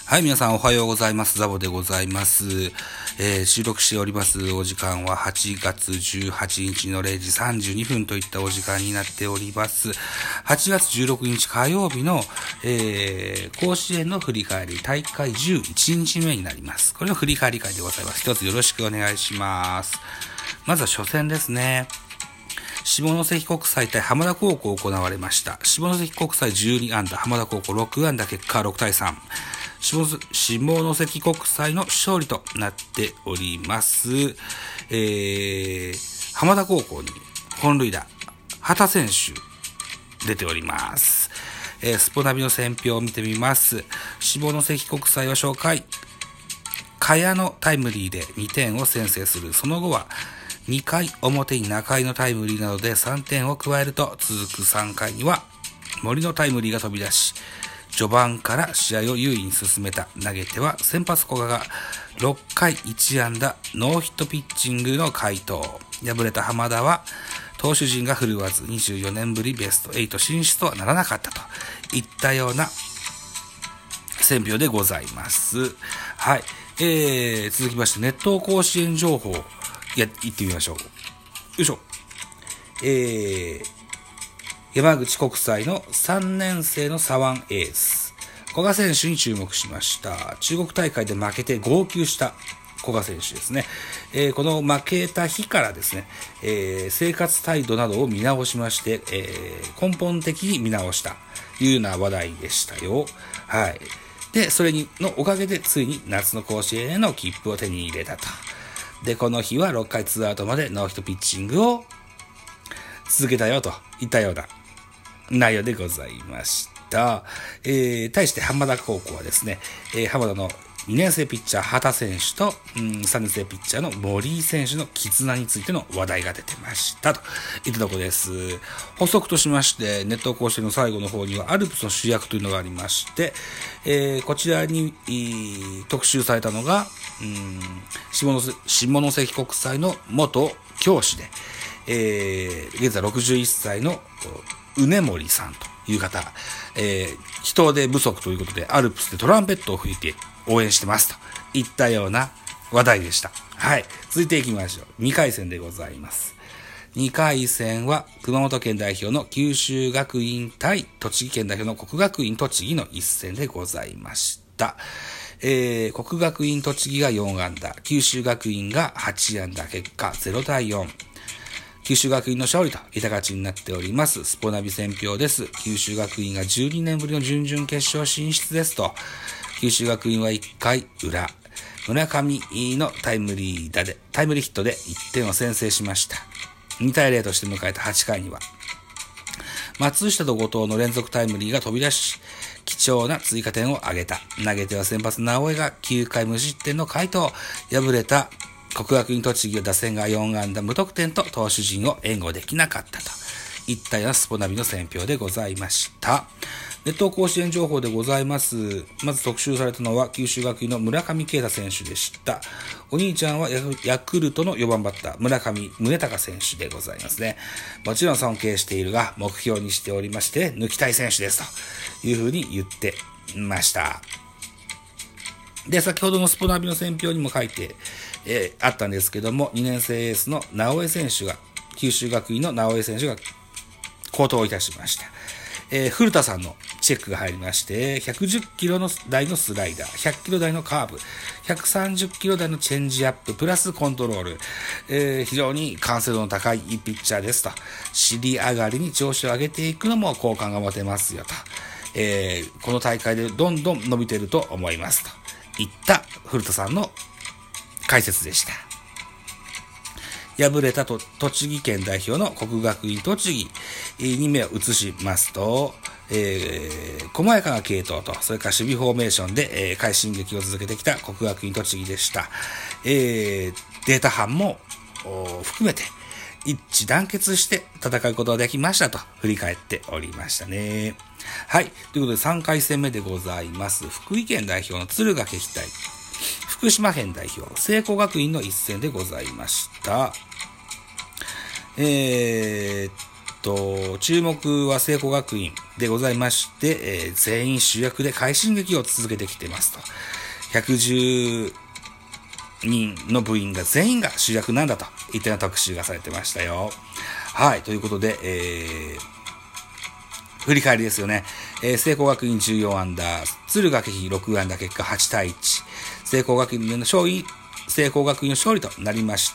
はい、皆さんおはようございます。ザボでございます。収録しておりますお時間は8月18日の0時32分といったお時間になっております。8月16日火曜日の、甲子園の振り返り、大会11日目になります。これの振り返り会でございます。一つよろしくお願いします。まずは初戦ですね。下関国際対浜田高校行われました。下関国際12安打、浜田高校6安打、結果6対3。下関国際の勝利となっております。浜田高校に本塁打、畑選手出ております。スポナビの選評を見てみます。下関国際は初回、茅のタイムリーで2点を先制する。その後は2回表に中井のタイムリーなどで3点を加えると、続く3回には森のタイムリーが飛び出し、序盤から試合を優位に進めた。投げては先発古賀が6回1安打ノーヒットピッチングの快投。敗れた浜田は投手陣が振るわず24年ぶりベスト8進出とはならなかったといったような選評でございます。はい、続きまして熱湯甲子園情報行ってみましょう。よいしょ。山口国際の3年生の左腕エース古賀選手に注目しました。中国大会で負けて号泣した古賀選手ですね。この負けた日からですね、生活態度などを見直しまして、根本的に見直したというような話題でしたよ。はい。で、それのおかげでついに夏の甲子園への切符を手に入れたと。で、この日は6回2アウトまでノーヒットピッチングを続けたよといったような内容でございました。対して浜田高校はですね、浜田の2年生ピッチャー畑選手と、3年生ピッチャーの森井選手の絆についての話題が出てましたといったところです。補足としまして、熱湯甲子園の最後の方にはアルプスの主役というのがありまして、こちらに、特集されたのが、下関国際の元教師で、現在61歳のうね森さんという方、人手不足ということでアルプスでトランペットを吹いて応援してますといったような話題でした。はい。続いていきましょう。2回戦でございます。2回戦は熊本県代表の九州学院対栃木県代表の国学院栃木の一戦でございました。国学院栃木が4安打、九州学院が8安打、結果0対4。九州学院の勝利といった形になっております。スポナビ選評です。九州学院が12年ぶりの準々決勝進出ですと。九州学院は1回裏、村上のタイムリーヒットで1点を先制しました。2対0として迎えた8回には、松下と後藤の連続タイムリーが飛び出し、貴重な追加点を挙げた。投げては先発直江が9回無失点の快投。敗れた国学院栃木は打線が4安打無得点と投手陣を援護できなかったといったようなスポナビの選評でございました。熱湯甲子園情報でございます。まず特集されたのは九州学院の村上慶太選手でした。お兄ちゃんはヤクルトの4番バッター村上宗隆選手でございますね。もちろん尊敬しているが目標にしておりまして抜きたい選手ですというふうに言ってました。で、先ほどのスポナビの選評にも書いて、あったんですけども、2年生エースの直江選手が、九州学院の直江選手が好投いたしました。古田さんのチェックが入りまして、110キロ台のスライダー、100キロ台のカーブ、130キロ台のチェンジアップ、プラスコントロール、非常に完成度の高いピッチャーですと。尻上がりに調子を上げていくのも好感が持てますよと。この大会でどんどん伸びていると思いますといった古田さんの解説でした。敗れた栃木県代表の国学院栃木に目を移しますと、細やかな系統と、それから守備フォーメーションで、快進撃を続けてきた国学院栃木でした。データ班も含めて一致団結して戦うことができましたと振り返っておりましたね。はい。ということで3回戦目でございます。福井県代表の敦賀気比対福島県代表聖光学院の一戦でございました。 注目は聖光学院でございまして、全員主役で快進撃を続けてきていますと。110人の部員が全員が主役なんだといったような特集がされてましたよ。はい、ということで、振り返りですよね。聖光学院14アンダー、敦賀気比6アンダー、結果8対1。聖光学院の勝利となりました。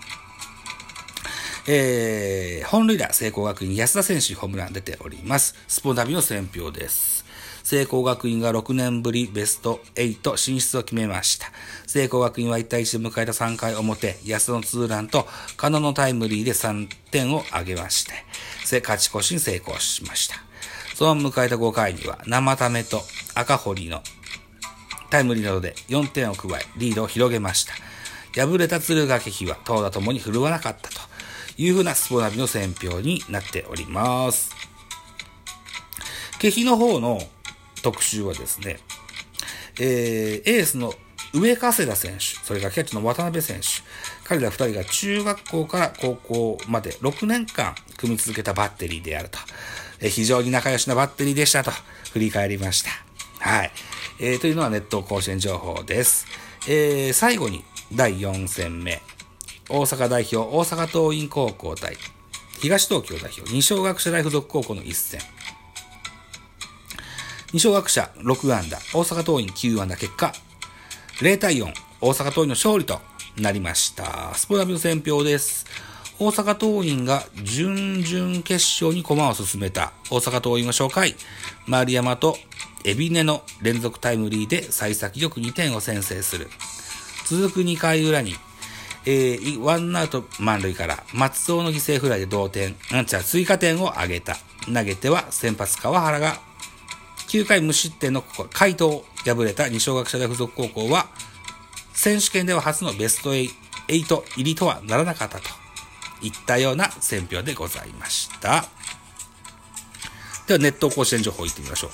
本塁打、聖光学院安田選手ホームラン出ております。スポナビの選評です。聖光学院が6年ぶりベスト8進出を決めました。聖光学院は1対1で迎えた3回表、安田のツーランと加納のタイムリーで3点を挙げまして、勝ち越しに成功しました。その迎えた5回には生田目と赤堀のタイムリーなどで4点を加え、リードを広げました。敗れた敦賀気比は投打ともに振るわなかったというふうなスポナビの選評になっております。気比の方の特集はですね、エースの上加世田選手、それからキャッチャーの渡辺選手、彼ら2人が中学校から高校まで6年間組み続けたバッテリーであると。非常に仲良しなバッテリーでしたと振り返りました。はい。というのはネット甲子園情報です。最後に第4戦目、大阪代表大阪桐蔭高校対東東京代表二松学舎大附属高校の一戦。二松学舎6安打、大阪桐蔭9安打、結果0対4、大阪桐蔭の勝利となりました。スポナビの選評です。大阪桐蔭が準々決勝に駒を進めた。大阪桐蔭は初回、丸山と海老根の連続タイムリーで幸先よく2点を先制する。続く2回裏に、ワンアウト満塁から松尾の犠牲フライで追加点を挙げた。投げては先発川原が9回無失点の快投を敗れた二松学舎大附属高校は選手権では初のベスト8入りとはならなかったといったような選評でございました。ではネット甲子園情報いってみましょう。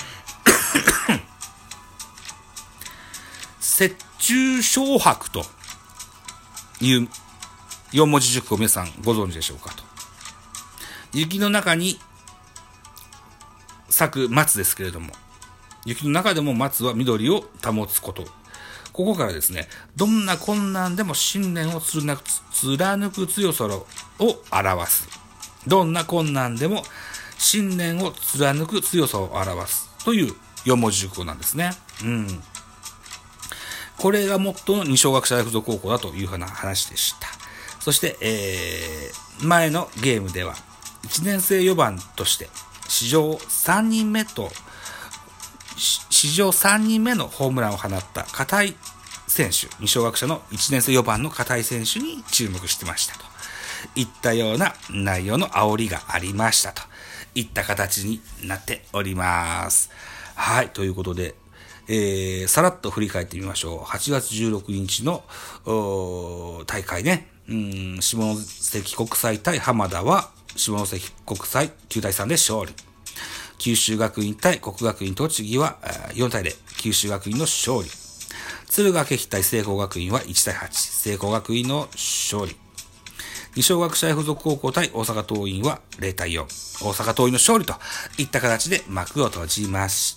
雪中小白という4文字熟語を皆さんご存知でしょうかと。雪の中に咲く松ですけれども、雪の中でも松は緑を保つこと。ここからですね、どんな困難でも信念を貫く強さを表す。どんな困難でも信念を貫く強さを表すという4文字熟語なんですね。これがモットーの二松学舎大附属高校だというふうな話でした。そして、前のゲームでは1年生4番として史上3人目のホームランを放った片井選手、二松学舎の1年生4番の片井選手に注目してましたといったような内容の煽りがありましたといった形になっております。はい、ということで、さらっと振り返ってみましょう。8月16日の大会ね、下関国際対浜田は下関国際9対3で勝利。九州学院対国学院栃木は4対0、九州学院の勝利。敦賀気比対聖光学院は1対8、聖光学院の勝利。二松学舎大附属高校対大阪桐蔭は0対4、大阪桐蔭の勝利といった形で幕を閉じました。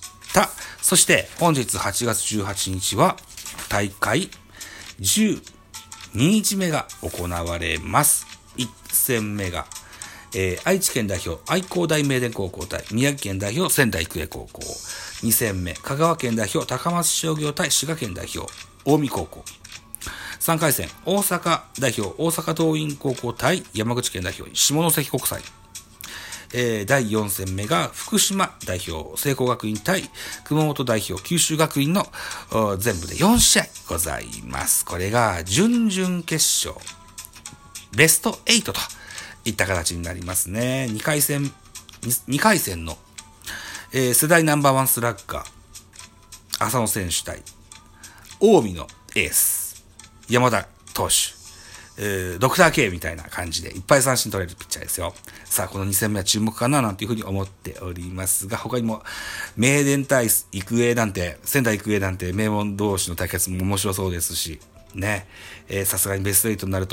そして本日8月18日は大会12日目が行われます。1戦目が愛知県代表愛工大名電高校対宮城県代表仙台育英高校。2戦目香川県代表高松商業対滋賀県代表近江高校。3回戦大阪代表大阪桐蔭高校対山口県代表下関国際。第4戦目が福島代表聖光学院対熊本代表九州学院の全部で4試合ございます。これが準々決勝ベスト8といった形になりますね。2回戦の、世代ナンバーワンスラッガー浅野選手対近江のエース山田投手、ドクター K みたいな感じでいっぱい三振取れるピッチャーですよ。さあこの2戦目は注目かななんていうふうに思っておりますが、他にも名電対育英なんて仙台育英なんて名門同士の対決も面白そうですしね、さすがにベスト8になると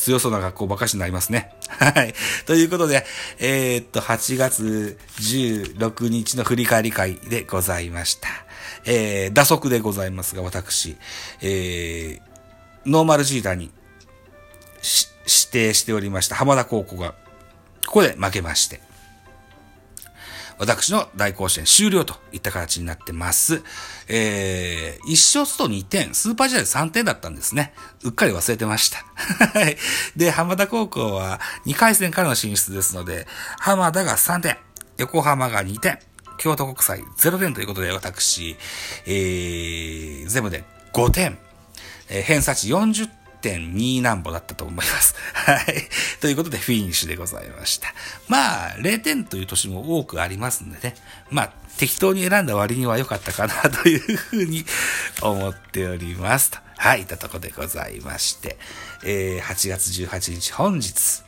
強そうな学校ばかしになりますね。はい。ということで、8月16日の振り返り会でございました。打足でございますが、私、ノーマルジーターに指定しておりました浜田高校が、ここで負けまして、私の大甲子園終了といった形になってます。1勝と2点、スーパージャイアンツ3点だったんですね。うっかり忘れてました。で、浜田高校は2回戦からの進出ですので、浜田が3点、横浜が2点、京都国際0点ということで、私、全部で5点、偏差値40.2何歩だったと思います。はい。ということで、フィニッシュでございました。まあ、0点という年も多くありますんでね。まあ、適当に選んだ割には良かったかなというふうに思っておりますと。はい、いったところでございまして。8月18日、本日、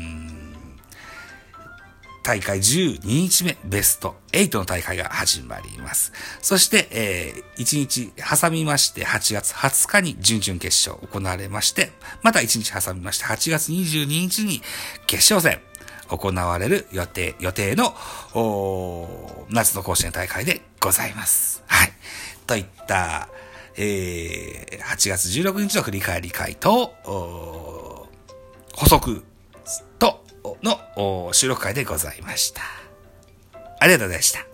大会12日目、ベスト8の大会が始まります。そして、1日挟みまして、8月20日に準々決勝行われまして、また1日挟みまして、8月22日に決勝戦行われる予定の、夏の甲子園大会でございます。はい。といった、8月16日の振り返り会と、補足と、の収録会でございました。ありがとうございました。